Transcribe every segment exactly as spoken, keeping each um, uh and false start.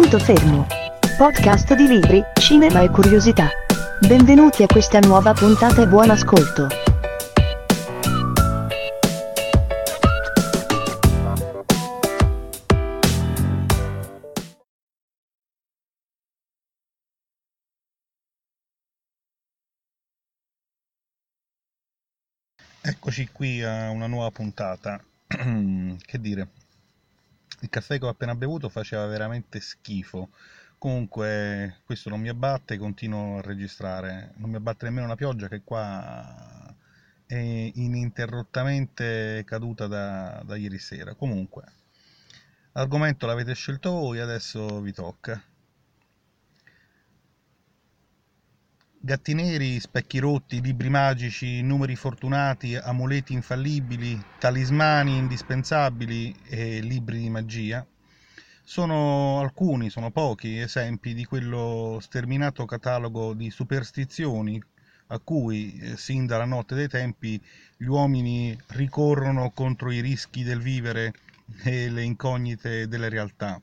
Punto fermo. Podcast di libri, cinema e curiosità. Benvenuti a questa nuova puntata e buon ascolto. Eccoci qui a una nuova puntata. Che dire, il caffè che ho appena bevuto faceva veramente schifo. Comunque questo non mi abbatte, continuo a registrare. Non mi abbatte nemmeno la pioggia che qua è ininterrottamente caduta da, da ieri sera. Comunque, l'argomento l'avete scelto voi, adesso vi tocca. Gatti neri, specchi rotti, libri magici, numeri fortunati, amuleti infallibili, talismani indispensabili e libri di magia sono alcuni, sono pochi esempi di quello sterminato catalogo di superstizioni a cui, eh, sin dalla notte dei tempi, gli uomini ricorrono contro i rischi del vivere e le incognite della realtà.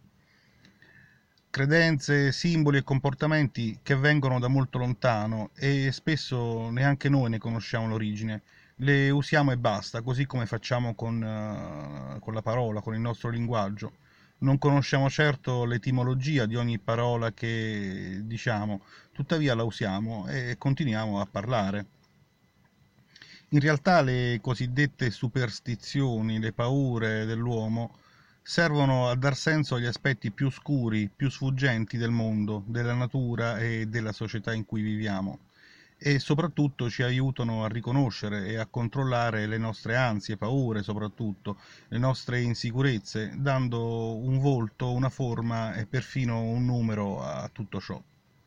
Credenze, simboli e comportamenti che vengono da molto lontano e spesso neanche noi ne conosciamo l'origine. Le usiamo e basta, così come facciamo con, uh, con la parola, con il nostro linguaggio. Non conosciamo certo l'etimologia di ogni parola che diciamo, tuttavia la usiamo e continuiamo a parlare. In realtà le cosiddette superstizioni, le paure dell'uomo, servono a dar senso agli aspetti più oscuri, più sfuggenti del mondo, della natura e della società in cui viviamo e soprattutto ci aiutano a riconoscere e a controllare le nostre ansie, paure soprattutto, le nostre insicurezze, dando un volto, una forma e perfino un numero a tutto ciò.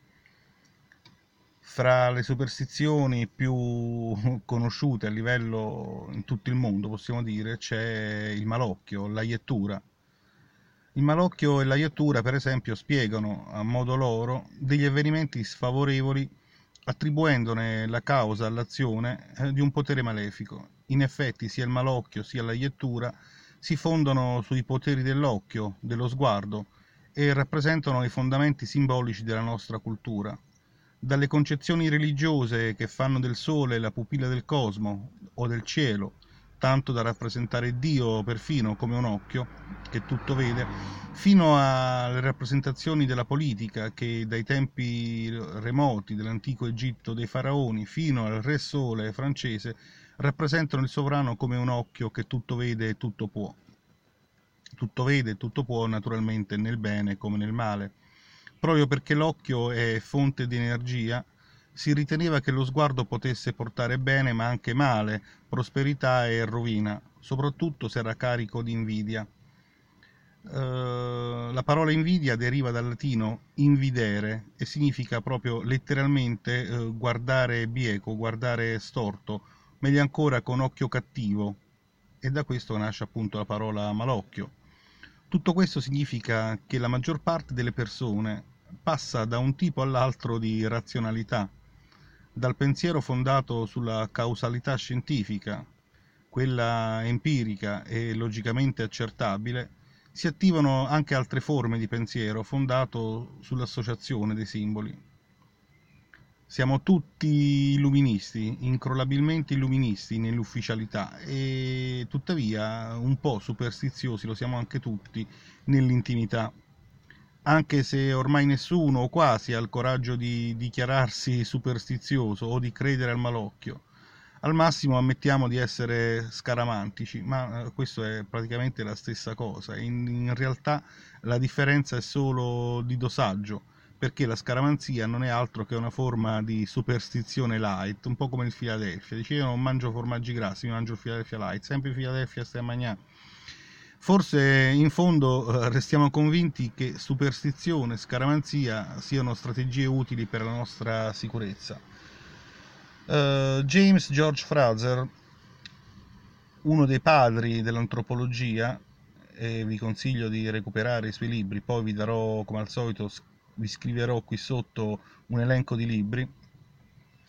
Fra le superstizioni più conosciute a livello in tutto il mondo, possiamo dire, c'è il malocchio, la iettura. Il malocchio e la iettura, per esempio, spiegano a modo loro degli avvenimenti sfavorevoli attribuendone la causa all'azione eh, di un potere malefico. In effetti sia il malocchio sia la iettura si fondano sui poteri dell'occhio, dello sguardo e rappresentano i fondamenti simbolici della nostra cultura. Dalle concezioni religiose che fanno del sole la pupilla del cosmo o del cielo, tanto da rappresentare Dio perfino come un occhio che tutto vede, fino alle rappresentazioni della politica che dai tempi remoti dell'antico Egitto dei faraoni fino al re sole francese rappresentano il sovrano come un occhio che tutto vede e tutto può. Tutto vede e tutto può naturalmente nel bene come nel male. Proprio perché l'occhio è fonte di energia, si riteneva che lo sguardo potesse portare bene ma anche male, prosperità e rovina, soprattutto se era carico di invidia. Uh, la parola invidia deriva dal latino invidere e significa proprio letteralmente uh, guardare bieco, guardare storto, meglio ancora con occhio cattivo, e da questo nasce appunto la parola malocchio. Tutto questo significa che la maggior parte delle persone passa da un tipo all'altro di razionalità, dal pensiero fondato sulla causalità scientifica, quella empirica e logicamente accertabile, si attivano anche altre forme di pensiero fondato sull'associazione dei simboli. Siamo tutti illuministi, incrollabilmente illuministi nell'ufficialità e tuttavia un po' superstiziosi lo siamo anche tutti nell'intimità, anche se ormai nessuno o quasi ha il coraggio di dichiararsi superstizioso o di credere al malocchio. Al massimo ammettiamo di essere scaramantici, ma questo è praticamente la stessa cosa. In, in realtà la differenza è solo di dosaggio, perché la scaramanzia non è altro che una forma di superstizione light, un po' come il Philadelphia. Dice io non mangio formaggi grassi, mi mangio il Philadelphia light, sempre il Philadelphia stai a mangiare. Forse in fondo eh, restiamo convinti che superstizione e scaramanzia siano strategie utili per la nostra sicurezza. Uh, James George Frazer, uno dei padri dell'antropologia, e vi consiglio di recuperare i suoi libri, poi vi darò, come al solito, vi scriverò qui sotto un elenco di libri,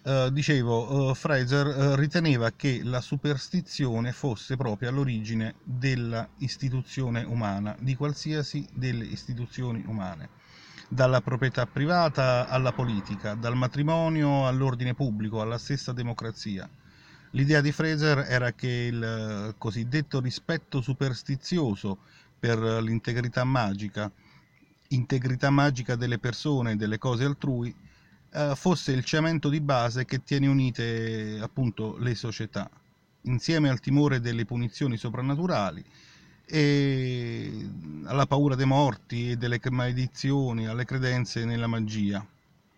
Uh, dicevo, uh, Fraser uh, riteneva che la superstizione fosse proprio all'origine della istituzione umana, di qualsiasi delle istituzioni umane, dalla proprietà privata alla politica, dal matrimonio all'ordine pubblico, alla stessa democrazia. L'idea di Fraser era che il cosiddetto rispetto superstizioso per l'integrità magica, integrità magica delle persone e delle cose altrui, fosse il cemento di base che tiene unite appunto le società, insieme al timore delle punizioni soprannaturali e alla paura dei morti e delle maledizioni, alle credenze nella magia.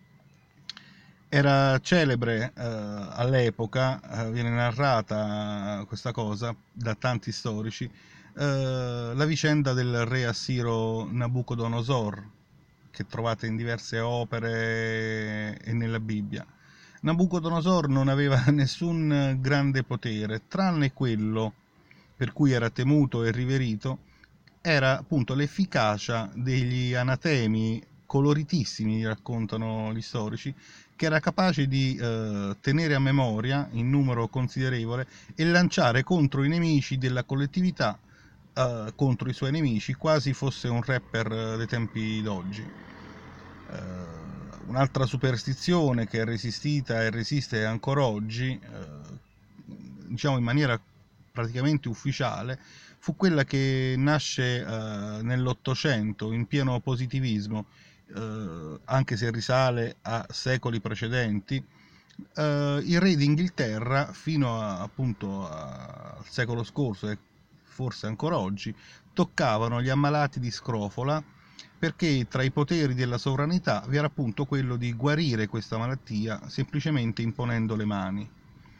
Era celebre eh, all'epoca, eh, viene narrata questa cosa da tanti storici, eh, la vicenda del re assiro Nabucodonosor, che trovate in diverse opere e nella Bibbia. Nabucodonosor non aveva nessun grande potere, tranne quello per cui era temuto e riverito, era appunto l'efficacia degli anatemi coloritissimi, raccontano gli storici, che era capace di eh, tenere a memoria in numero considerevole e lanciare contro i nemici della collettività, eh, contro i suoi nemici, quasi fosse un rapper dei tempi d'oggi. Uh, un'altra superstizione che è resistita e resiste ancora oggi, uh, diciamo in maniera praticamente ufficiale, fu quella che nasce uh, nell'Ottocento in pieno positivismo, uh, anche se risale a secoli precedenti. Uh, il re d'Inghilterra fino a, appunto a, al secolo scorso e forse ancora oggi toccavano gli ammalati di scrofola, perché tra i poteri della sovranità vi era appunto quello di guarire questa malattia semplicemente imponendo le mani.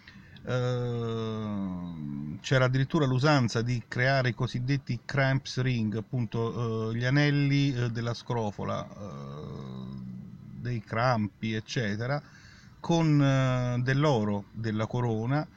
Uh, c'era addirittura l'usanza di creare i cosiddetti cramps ring, appunto uh, gli anelli uh, della scrofola, uh, dei crampi eccetera, con uh, dell'oro della corona,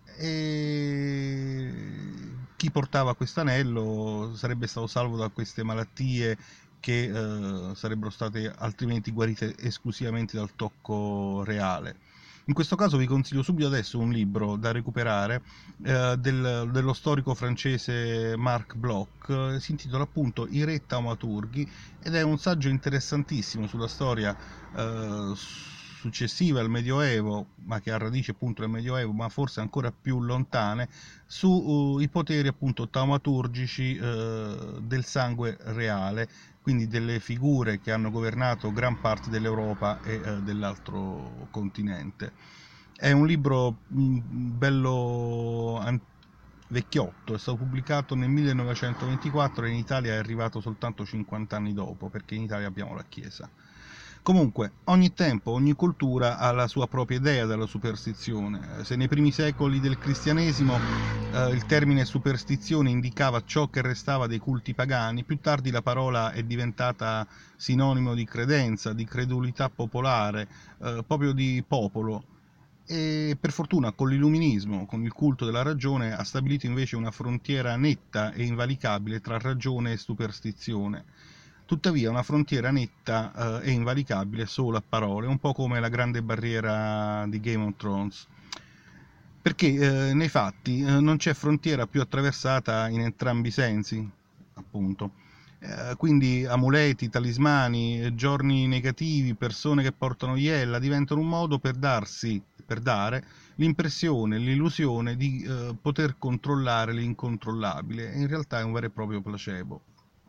e chi portava questo anello sarebbe stato salvo da queste malattie che eh, sarebbero state altrimenti guarite esclusivamente dal tocco reale. In questo caso vi consiglio subito adesso un libro da recuperare eh, del, dello storico francese Marc Bloch, eh, si intitola appunto I re taumaturghi ed è un saggio interessantissimo sulla storia eh, successiva al Medioevo, ma che ha radici appunto nel Medioevo, ma forse ancora più lontane, sui uh, poteri appunto taumaturgici uh, del sangue reale, quindi delle figure che hanno governato gran parte dell'Europa e uh, dell'altro continente. È un libro mh, bello an- vecchiotto, è stato pubblicato nel millenovecentoventiquattro e in Italia è arrivato soltanto cinquanta anni dopo, perché in Italia abbiamo la Chiesa. Comunque, ogni tempo, ogni cultura ha la sua propria idea della superstizione. Se nei primi secoli del cristianesimo eh, il termine superstizione indicava ciò che restava dei culti pagani, più tardi la parola è diventata sinonimo di credenza, di credulità popolare, eh, proprio di popolo. E per fortuna con l'illuminismo, con il culto della ragione, ha stabilito invece una frontiera netta e invalicabile tra ragione e superstizione. Tuttavia una frontiera netta eh, e invalicabile solo a parole, un po' come la grande barriera di Game of Thrones, perché eh, nei fatti eh, non c'è frontiera più attraversata in entrambi i sensi, appunto. Eh, quindi amuleti, talismani, giorni negativi, persone che portano iella diventano un modo per darsi, per dare l'impressione, l'illusione di eh, poter controllare l'incontrollabile, e in realtà è un vero e proprio placebo.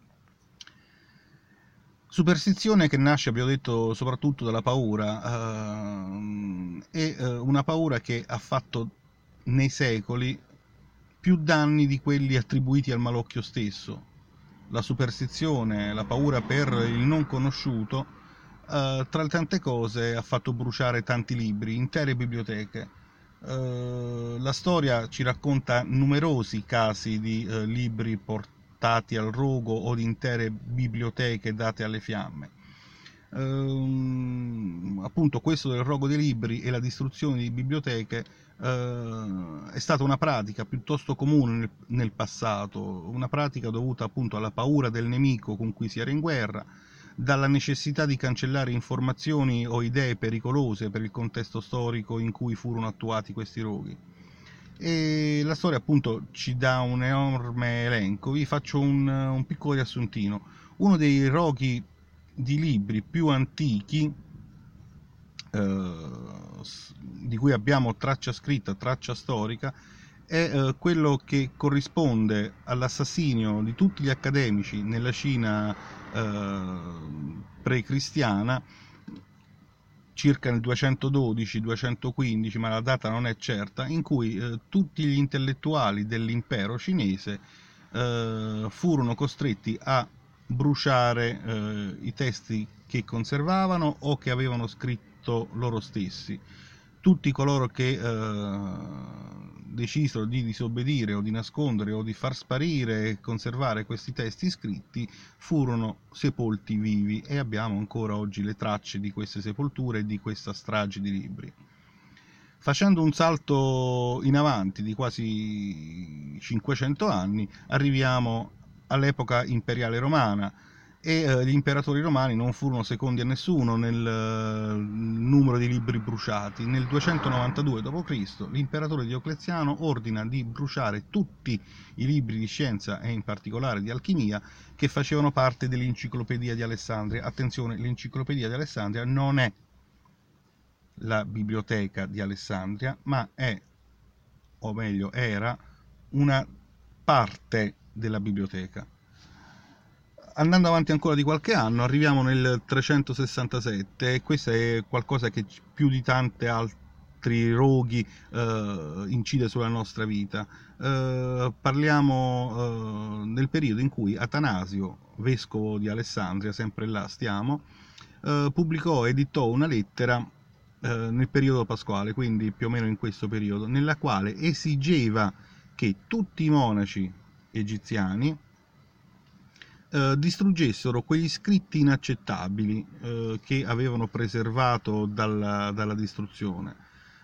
Superstizione che nasce, abbiamo detto, soprattutto dalla paura, eh, e eh, una paura che ha fatto nei secoli più danni di quelli attribuiti al malocchio stesso. La superstizione, la paura per il non conosciuto, eh, tra le tante cose ha fatto bruciare tanti libri, intere biblioteche. Eh, la storia ci racconta numerosi casi di eh, libri portati al rogo o di intere biblioteche date alle fiamme. Ehm, appunto questo del rogo dei libri e la distruzione di biblioteche eh, è stata una pratica piuttosto comune nel, nel passato, una pratica dovuta appunto alla paura del nemico con cui si era in guerra, dalla necessità di cancellare informazioni o idee pericolose per il contesto storico in cui furono attuati questi roghi. E la storia appunto ci dà un enorme elenco. Vi faccio un, un piccolo riassuntino. Uno dei roghi di libri più antichi eh, di cui abbiamo traccia scritta, traccia storica, è eh, quello che corrisponde all'assassinio di tutti gli accademici nella Cina eh, pre-cristiana, circa nel duecentododici duecentoquindici, ma la data non è certa, in cui eh, tutti gli intellettuali dell'impero cinese eh, furono costretti a bruciare eh, i testi che conservavano o che avevano scritto loro stessi. Tutti coloro che eh, decisero di disobbedire o di nascondere o di far sparire e conservare questi testi scritti furono sepolti vivi, e abbiamo ancora oggi le tracce di queste sepolture e di questa strage di libri. Facendo un salto in avanti di quasi cinquecento anni, arriviamo all'epoca imperiale romana, e eh, gli imperatori romani non furono secondi a nessuno nel eh, numero di libri bruciati. Nel duecentonovantadue dopo Cristo l'imperatore Diocleziano ordina di bruciare tutti i libri di scienza e in particolare di alchimia che facevano parte dell'Enciclopedia di Alessandria. Attenzione, l'Enciclopedia di Alessandria non è la biblioteca di Alessandria, ma è, o meglio era, una parte della biblioteca. Andando avanti ancora di qualche anno, arriviamo nel trecentosessantasette, e questo è qualcosa che più di tanti altri roghi eh, incide sulla nostra vita. Eh, parliamo eh, del periodo in cui Atanasio, vescovo di Alessandria, sempre là stiamo, eh, pubblicò, editò una lettera eh, nel periodo pasquale, quindi più o meno in questo periodo, nella quale esigeva che tutti i monaci egiziani Eh, distruggessero quegli scritti inaccettabili eh, che avevano preservato dalla, dalla distruzione,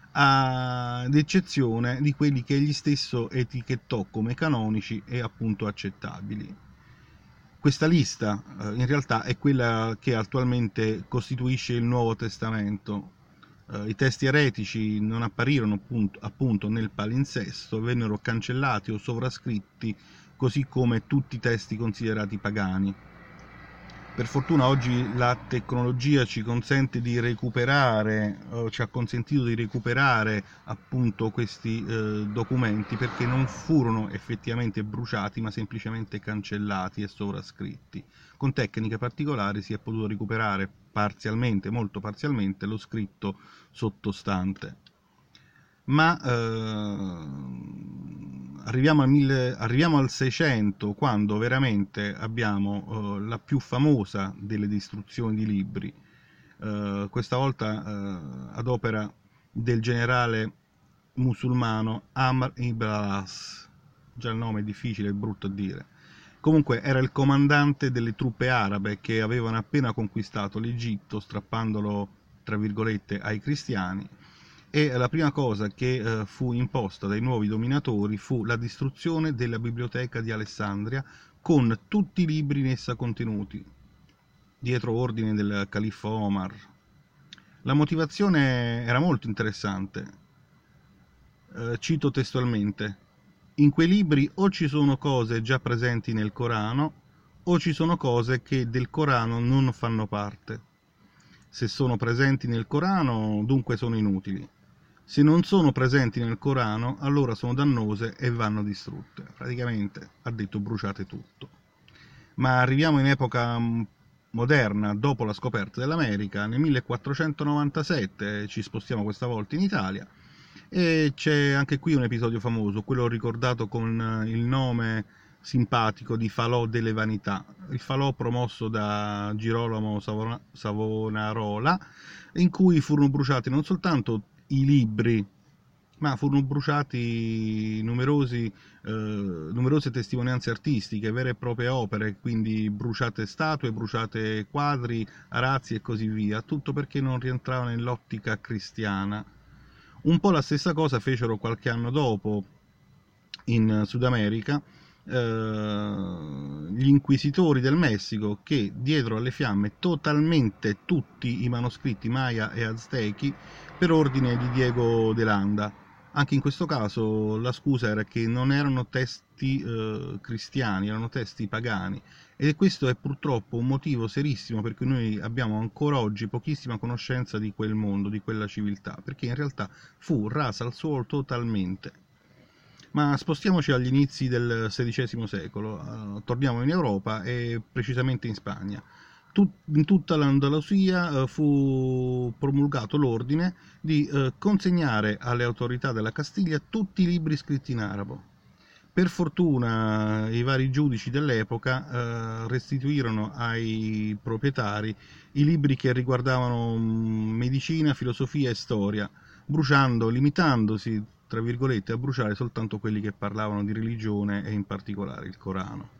ad eccezione di quelli che egli stesso etichettò come canonici e appunto accettabili. Questa lista eh, in realtà è quella che attualmente costituisce il Nuovo Testamento. Eh, I testi eretici non apparirono appunto, appunto nel palinsesto, vennero cancellati o sovrascritti, così come tutti i testi considerati pagani. Per fortuna oggi la tecnologia ci consente di recuperare, o ci ha consentito di recuperare appunto questi eh, documenti, perché non furono effettivamente bruciati, ma semplicemente cancellati e sovrascritti. Con tecniche particolari si è potuto recuperare parzialmente, molto parzialmente, lo scritto sottostante. Ma eh, arriviamo, al mille, arriviamo al seicento, quando veramente abbiamo eh, la più famosa delle distruzioni di libri, eh, questa volta eh, ad opera del generale musulmano Amr ibn al-As. Già il nome è difficile, è brutto a dire. Comunque era il comandante delle truppe arabe che avevano appena conquistato l'Egitto, strappandolo tra virgolette ai cristiani. E la prima cosa che eh, fu imposta dai nuovi dominatori fu la distruzione della biblioteca di Alessandria con tutti i libri in essa contenuti, dietro ordine del califfo Omar. La motivazione era molto interessante. Eh, cito testualmente: in quei libri o ci sono cose già presenti nel Corano o ci sono cose che del Corano non fanno parte. Se sono presenti nel Corano, dunque sono inutili. Se non sono presenti nel Corano, allora sono dannose e vanno distrutte. Praticamente ha detto bruciate tutto. Ma arriviamo in epoca moderna, dopo la scoperta dell'America, nel millequattrocentonovantasette, ci spostiamo questa volta in Italia, e c'è anche qui un episodio famoso, quello ricordato con il nome simpatico di Falò delle Vanità, il falò promosso da Girolamo Savonarola, in cui furono bruciati non soltanto i libri, ma furono bruciati numerosi, eh, numerose testimonianze artistiche, vere e proprie opere, quindi bruciate statue, bruciate quadri, arazzi e così via, tutto perché non rientrava nell'ottica cristiana. Un po' la stessa cosa fecero qualche anno dopo in Sud America, eh, gli inquisitori del Messico, che diedero alle fiamme totalmente tutti i manoscritti Maya e Aztechi per ordine di Diego de Landa. Anche in questo caso la scusa era che non erano testi eh, cristiani, erano testi pagani, e questo è purtroppo un motivo serissimo per cui noi abbiamo ancora oggi pochissima conoscenza di quel mondo, di quella civiltà, perché in realtà fu rasa al suolo totalmente. Ma spostiamoci agli inizi del sedicesimo secolo, uh, torniamo in Europa e precisamente in Spagna. Tut- in tutta l'Andalusia uh, fu promulgato l'ordine di uh, consegnare alle autorità della Castiglia tutti i libri scritti in arabo. Per fortuna i vari giudici dell'epoca uh, restituirono ai proprietari i libri che riguardavano um, medicina, filosofia e storia, bruciando, limitandosi tra virgolette a bruciare soltanto quelli che parlavano di religione e in particolare il Corano.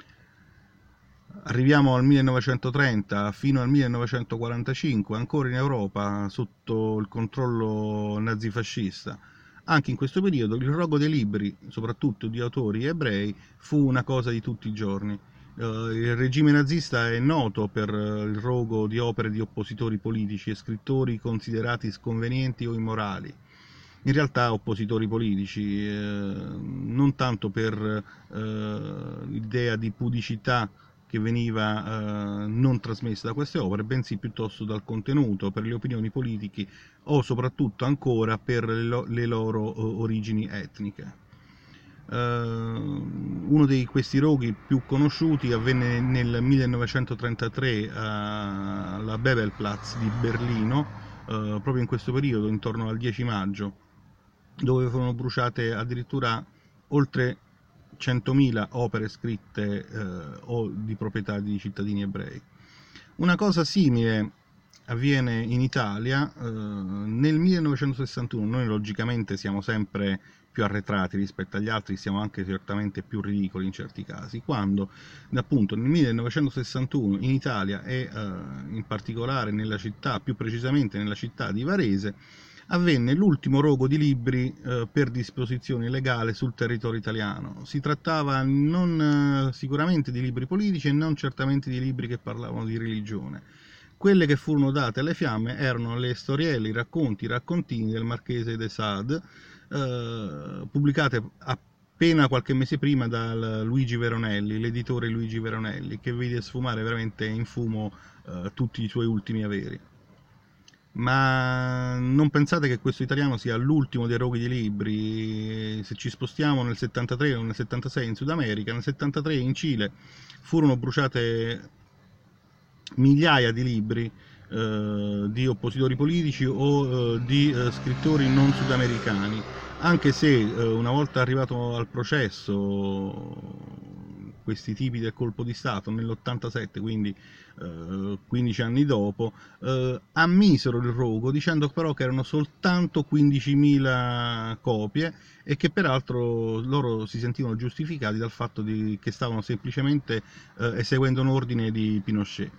Arriviamo al millenovecentotrenta fino al millenovecentoquarantacinque, ancora in Europa sotto il controllo nazifascista. Anche in questo periodo il rogo dei libri, soprattutto di autori ebrei, fu una cosa di tutti i giorni. Il regime nazista è noto per il rogo di opere di oppositori politici e scrittori considerati sconvenienti o immorali. In realtà oppositori politici, eh, non tanto per eh, l'idea di pudicità che veniva eh, non trasmessa da queste opere, bensì piuttosto dal contenuto, per le opinioni politiche o soprattutto ancora per le, lo- le loro eh, origini etniche. Uh, uno di questi roghi più conosciuti avvenne nel millenovecentotrentatré alla Bebelplatz di Berlino, uh, proprio in questo periodo, intorno al dieci maggio, dove furono bruciate addirittura oltre centomila opere scritte eh, o di proprietà di cittadini ebrei. Una cosa simile avviene in Italia eh, nel millenovecentosessantuno. Noi logicamente siamo sempre più arretrati rispetto agli altri, siamo anche certamente più ridicoli in certi casi, quando appunto nel millenovecentosessantuno in Italia e eh, in particolare nella città, più precisamente nella città di Varese, avvenne l'ultimo rogo di libri eh, per disposizione legale sul territorio italiano. Si trattava non eh, sicuramente di libri politici e non certamente di libri che parlavano di religione. Quelle che furono date alle fiamme erano le storielle, i racconti, i raccontini del Marchese de Sade, eh, pubblicate appena qualche mese prima da Luigi Veronelli, l'editore Luigi Veronelli, che vide sfumare veramente in fumo eh, tutti i suoi ultimi averi. Ma non pensate che questo italiano sia l'ultimo dei roghi di libri. Se ci spostiamo nel settantatré o nel settantasei in Sud America, nel settantatré in Cile furono bruciate migliaia di libri eh, di oppositori politici o eh, di eh, scrittori non sudamericani, anche se eh, una volta arrivato al processo questi tipi del colpo di Stato nell'ottantasette, quindi eh, quindici anni dopo, eh, ammisero il rogo dicendo però che erano soltanto quindicimila copie e che peraltro loro si sentivano giustificati dal fatto di, che stavano semplicemente eh, eseguendo un ordine di Pinochet.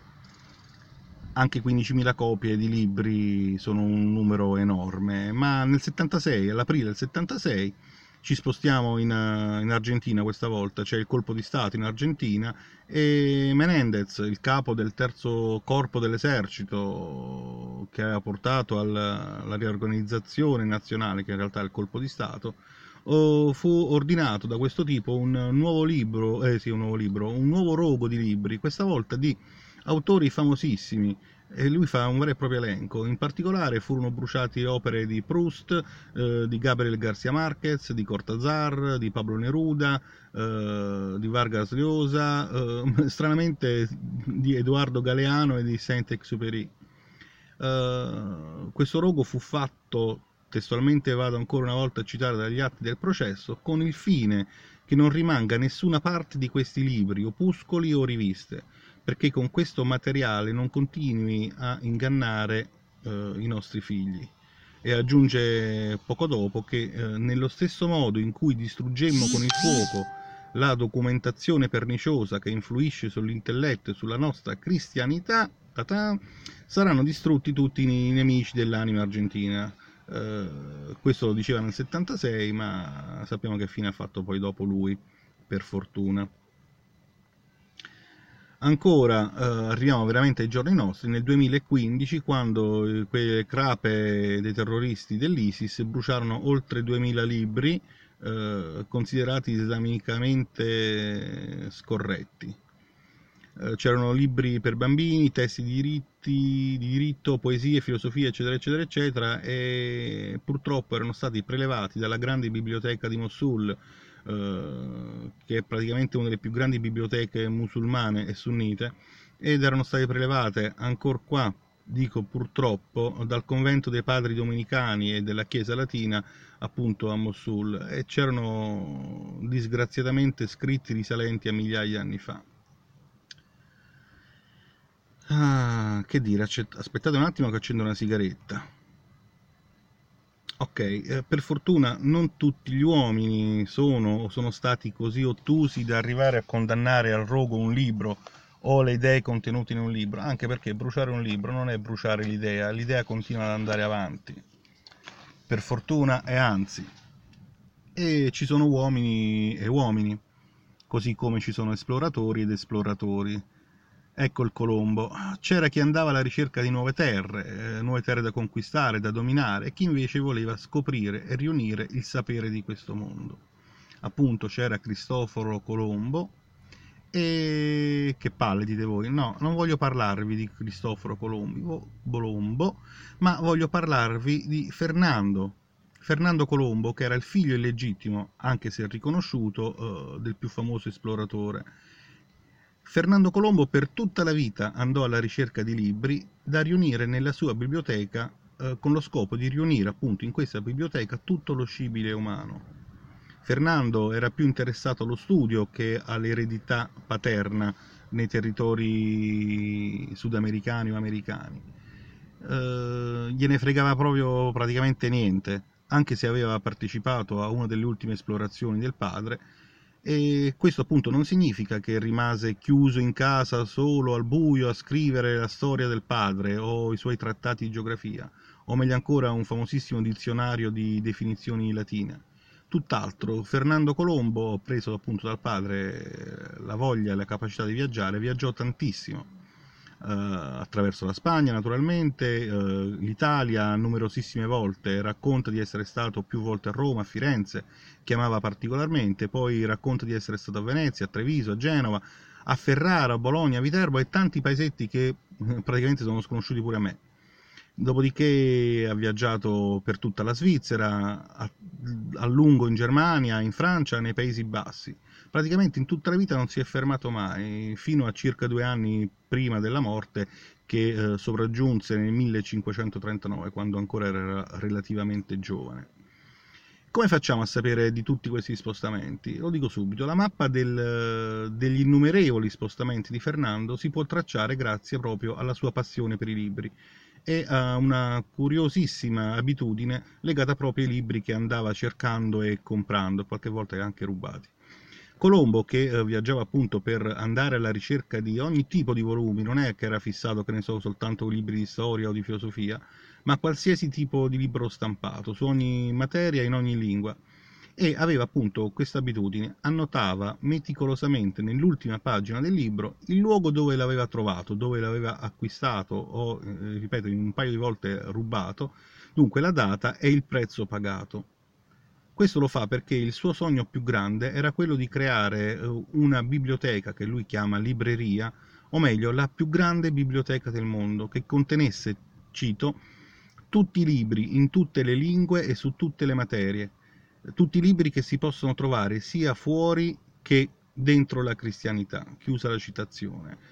Anche quindicimila copie di libri sono un numero enorme, ma nel settantasei, all'aprile del settantasei, ci spostiamo in, in Argentina questa volta, c'è il colpo di Stato in Argentina e Menendez, il capo del terzo corpo dell'esercito che aveva portato alla, alla riorganizzazione nazionale, che in realtà è il colpo di Stato, fu ordinato da questo tipo un nuovo libro, eh sì, un nuovo libro, un nuovo rogo di libri, questa volta di autori famosissimi, e lui fa un vero e proprio elenco. In particolare furono bruciate opere di Proust, eh, di Gabriel García Márquez, di Cortázar, di Pablo Neruda, eh, di Vargas Llosa, eh, stranamente di Edoardo Galeano e di Saint-Exupéry. Eh, questo rogo fu fatto, testualmente vado ancora una volta a citare dagli atti del processo, con il fine che non rimanga nessuna parte di questi libri, opuscoli o riviste, perché con questo materiale non continui a ingannare eh, i nostri figli. E aggiunge poco dopo che eh, nello stesso modo in cui distruggemmo con il fuoco la documentazione perniciosa che influisce sull'intelletto e sulla nostra cristianità, ta-ta, saranno distrutti tutti i nemici dell'anima argentina. Eh, questo lo diceva nel settantasei, ma sappiamo che fine ha fatto poi dopo lui. per fortuna. Ancora eh, arriviamo veramente ai giorni nostri, nel duemilaquindici, quando eh, quelle crepe dei terroristi dell'ISIS bruciarono oltre duemila libri eh, considerati islamicamente scorretti. Eh, c'erano libri per bambini, testi di, diritti, di diritto, poesie, filosofia, eccetera, eccetera, eccetera, e purtroppo erano stati prelevati dalla grande biblioteca di Mosul, eh, che è praticamente una delle più grandi biblioteche musulmane e sunnite, ed erano state prelevate ancora qua, dico purtroppo, dal convento dei padri domenicani e della chiesa latina appunto a Mosul, e c'erano disgraziatamente scritti risalenti a migliaia di anni fa. Ah, che dire, aspettate un attimo che accendo una sigaretta. Ok, eh, per fortuna non tutti gli uomini sono o sono stati così ottusi da arrivare a condannare al rogo un libro o le idee contenute in un libro, anche perché bruciare un libro non è bruciare l'idea, l'idea continua ad andare avanti, per fortuna, e anzi. E ci sono uomini e uomini, così come ci sono esploratori ed esploratori. Ecco il Colombo. C'era chi andava alla ricerca di nuove terre, eh, nuove terre da conquistare, da dominare, e chi invece voleva scoprire e riunire il sapere di questo mondo. Appunto c'era Cristoforo Colombo, e che palle dite voi? No, non voglio parlarvi di Cristoforo Colombo, ma voglio parlarvi di Fernando. Fernando Colombo, che era il figlio illegittimo, anche se riconosciuto, eh, del più famoso esploratore. Fernando Colombo per tutta la vita andò alla ricerca di libri da riunire nella sua biblioteca, eh, con lo scopo di riunire appunto in questa biblioteca tutto lo scibile umano. Fernando era più interessato allo studio che all'eredità paterna nei territori sudamericani o americani. Eh, gliene fregava proprio praticamente niente, anche se aveva partecipato a una delle ultime esplorazioni del padre. E questo appunto non significa che rimase chiuso in casa solo al buio a scrivere la storia del padre o i suoi trattati di geografia, o meglio ancora un famosissimo dizionario di definizioni latine. Tutt'altro, Fernando Colombo, preso appunto dal padre la voglia e la capacità di viaggiare, viaggiò tantissimo. Uh, attraverso la Spagna naturalmente, uh, l'Italia numerosissime volte, racconta di essere stato più volte a Roma, a Firenze, che amava particolarmente, poi racconta di essere stato a Venezia, a Treviso, a Genova, a Ferrara, a Bologna, a Viterbo e tanti paesetti che uh, praticamente sono sconosciuti pure a me. Dopodiché ha viaggiato per tutta la Svizzera, a, a lungo in Germania, in Francia, nei Paesi Bassi. Praticamente in tutta la vita non si è fermato mai, fino a circa due anni prima della morte, che eh, sopraggiunse nel millecinquecentotrentanove, quando ancora era relativamente giovane. Come facciamo a sapere di tutti questi spostamenti? Lo dico subito, la mappa del, degli innumerevoli spostamenti di Fernando si può tracciare grazie proprio alla sua passione per i libri e a una curiosissima abitudine legata proprio ai libri che andava cercando e comprando, qualche volta anche rubati. Colombo, che eh, viaggiava appunto per andare alla ricerca di ogni tipo di volumi, non è che era fissato, che ne so, soltanto con libri di storia o di filosofia, ma qualsiasi tipo di libro stampato, su ogni materia, in ogni lingua, e aveva appunto questa abitudine, annotava meticolosamente nell'ultima pagina del libro il luogo dove l'aveva trovato, dove l'aveva acquistato o, eh, ripeto, in un paio di volte rubato, dunque la data e il prezzo pagato. Questo lo fa perché il suo sogno più grande era quello di creare una biblioteca che lui chiama libreria, o meglio, la più grande biblioteca del mondo, che contenesse, cito, tutti i libri in tutte le lingue e su tutte le materie, tutti i libri che si possono trovare sia fuori che dentro la cristianità, chiusa la citazione.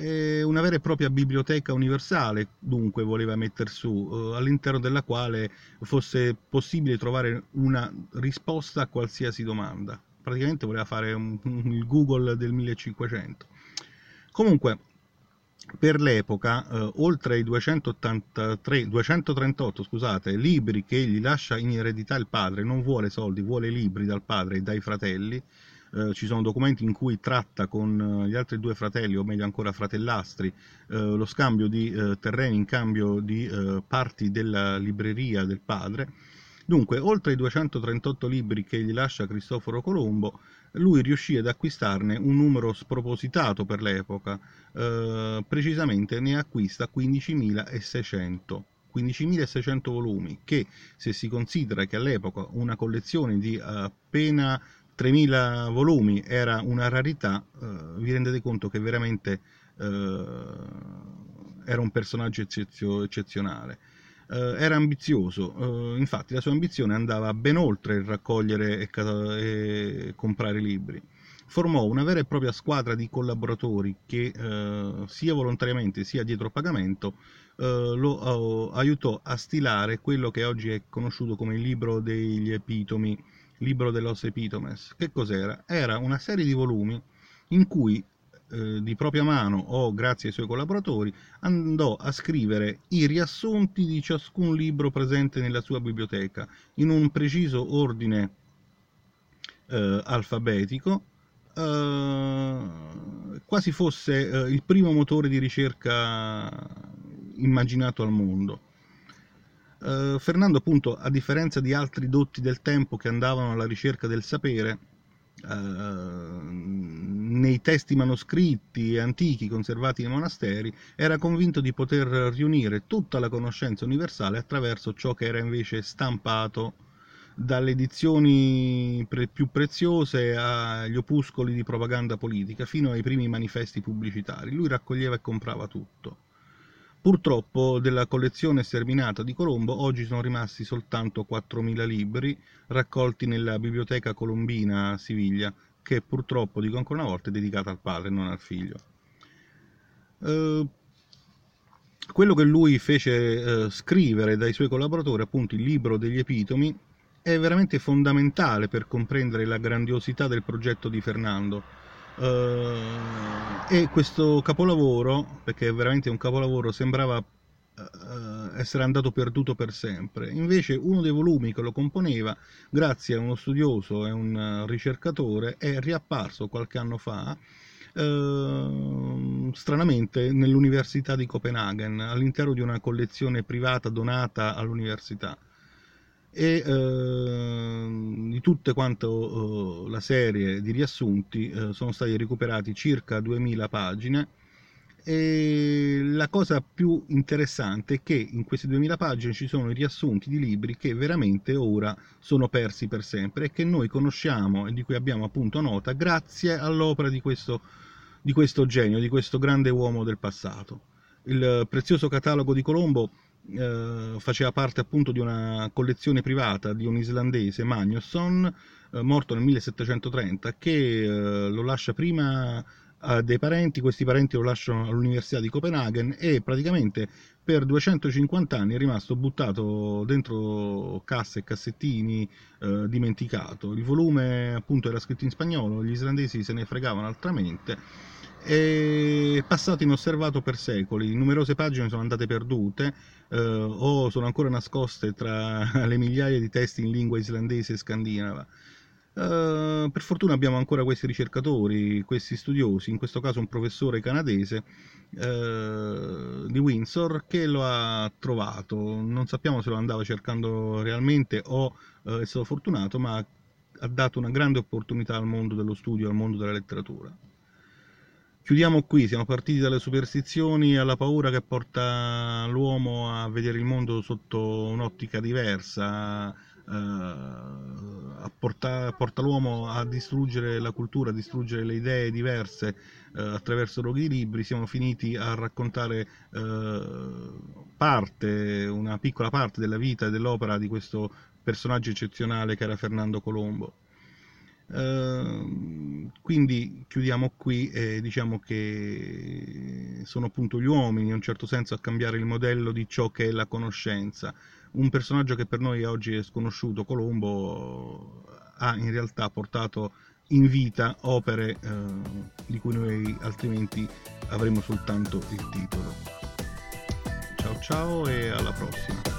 È una vera e propria biblioteca universale, dunque, voleva metter su, eh, all'interno della quale fosse possibile trovare una risposta a qualsiasi domanda. Praticamente voleva fare un, un, il Google del millecinquecento. Comunque, per l'epoca, eh, oltre ai duecentottantatré, duecentotrentotto scusate, libri che gli lascia in eredità il padre, non vuole soldi, vuole libri dal padre e dai fratelli. Eh, ci sono documenti in cui tratta con gli altri due fratelli, o meglio ancora fratellastri, eh, lo scambio di eh, terreni in cambio di eh, parti della libreria del padre. Dunque, oltre ai duecentotrentotto libri che gli lascia Cristoforo Colombo, lui riuscì ad acquistarne un numero spropositato per l'epoca, eh, precisamente ne acquista quindicimilaseicento. quindicimilaseicento volumi, che, se si considera che all'epoca una collezione di appena tremila volumi era una rarità, eh, vi rendete conto che veramente eh, era un personaggio eccezio, eccezionale. Uh, era ambizioso, uh, infatti la sua ambizione andava ben oltre il raccogliere e, e comprare libri. Formò una vera e propria squadra di collaboratori che uh, sia volontariamente sia dietro pagamento uh, lo uh, aiutò a stilare quello che oggi è conosciuto come il libro degli epitomi, libro de los epitomes. Che cos'era? Era una serie di volumi in cui di propria mano o grazie ai suoi collaboratori andò a scrivere i riassunti di ciascun libro presente nella sua biblioteca in un preciso ordine eh, alfabetico, eh, quasi fosse eh, il primo motore di ricerca immaginato al mondo. Eh, Fernando, appunto, a differenza di altri dotti del tempo che andavano alla ricerca del sapere, Uh, nei testi manoscritti antichi conservati nei monasteri, era convinto di poter riunire tutta la conoscenza universale attraverso ciò che era invece stampato, dalle edizioni pre- più preziose agli opuscoli di propaganda politica fino ai primi manifesti pubblicitari. Lui raccoglieva e comprava tutto. Purtroppo della collezione sterminata di Colombo oggi sono rimasti soltanto quattromila libri raccolti nella Biblioteca Colombina a Siviglia, che purtroppo, dico ancora una volta, è dedicata al padre, non al figlio. Eh, quello che lui fece eh, scrivere dai suoi collaboratori, appunto il libro degli epitomi, è veramente fondamentale per comprendere la grandiosità del progetto di Fernando. Uh, e questo capolavoro, perché è veramente un capolavoro, sembrava uh, essere andato perduto per sempre. Invece uno dei volumi che lo componeva, grazie a uno studioso e un ricercatore, è riapparso qualche anno fa uh, stranamente nell'Università di Copenaghen, all'interno di una collezione privata donata all'università. E eh, di tutte quanto eh, la serie di riassunti eh, sono stati recuperati circa duemila pagine, e la cosa più interessante è che in queste duemila pagine ci sono i riassunti di libri che veramente ora sono persi per sempre e che noi conosciamo e di cui abbiamo appunto nota grazie all'opera di questo, di questo genio, di questo grande uomo del passato. Il prezioso catalogo di Colombo Eh, faceva parte appunto di una collezione privata di un islandese, Magnusson, eh, morto nel millesettecentotrenta, che eh, lo lascia prima a dei parenti, questi parenti lo lasciano all'Università di Copenaghen e praticamente per duecentocinquanta anni è rimasto buttato dentro casse e cassettini, eh, dimenticato. Il volume appunto era scritto in spagnolo, gli islandesi se ne fregavano altramente, è passato inosservato per secoli. Numerose pagine sono andate perdute eh, o sono ancora nascoste tra le migliaia di testi in lingua islandese e scandinava. Uh, per fortuna abbiamo ancora questi ricercatori, questi studiosi, in questo caso un professore canadese uh, di Windsor, che lo ha trovato. Non sappiamo se lo andava cercando realmente o uh, è stato fortunato, ma ha dato una grande opportunità al mondo dello studio, al mondo della letteratura. Chiudiamo qui, siamo partiti dalle superstizioni alla paura che porta l'uomo a vedere il mondo sotto un'ottica diversa, eh, porta, porta l'uomo a distruggere la cultura, a distruggere le idee diverse eh, attraverso luoghi di libri. Siamo finiti a raccontare eh, parte, una piccola parte della vita e dell'opera di questo personaggio eccezionale che era Fernando Colombo. Uh, quindi chiudiamo qui e diciamo che sono appunto gli uomini in un certo senso a cambiare il modello di ciò che è la conoscenza. Un personaggio che per noi oggi è sconosciuto, Colombo, ha in realtà portato in vita opere uh, di cui noi altrimenti avremmo soltanto il titolo. Ciao ciao e alla prossima.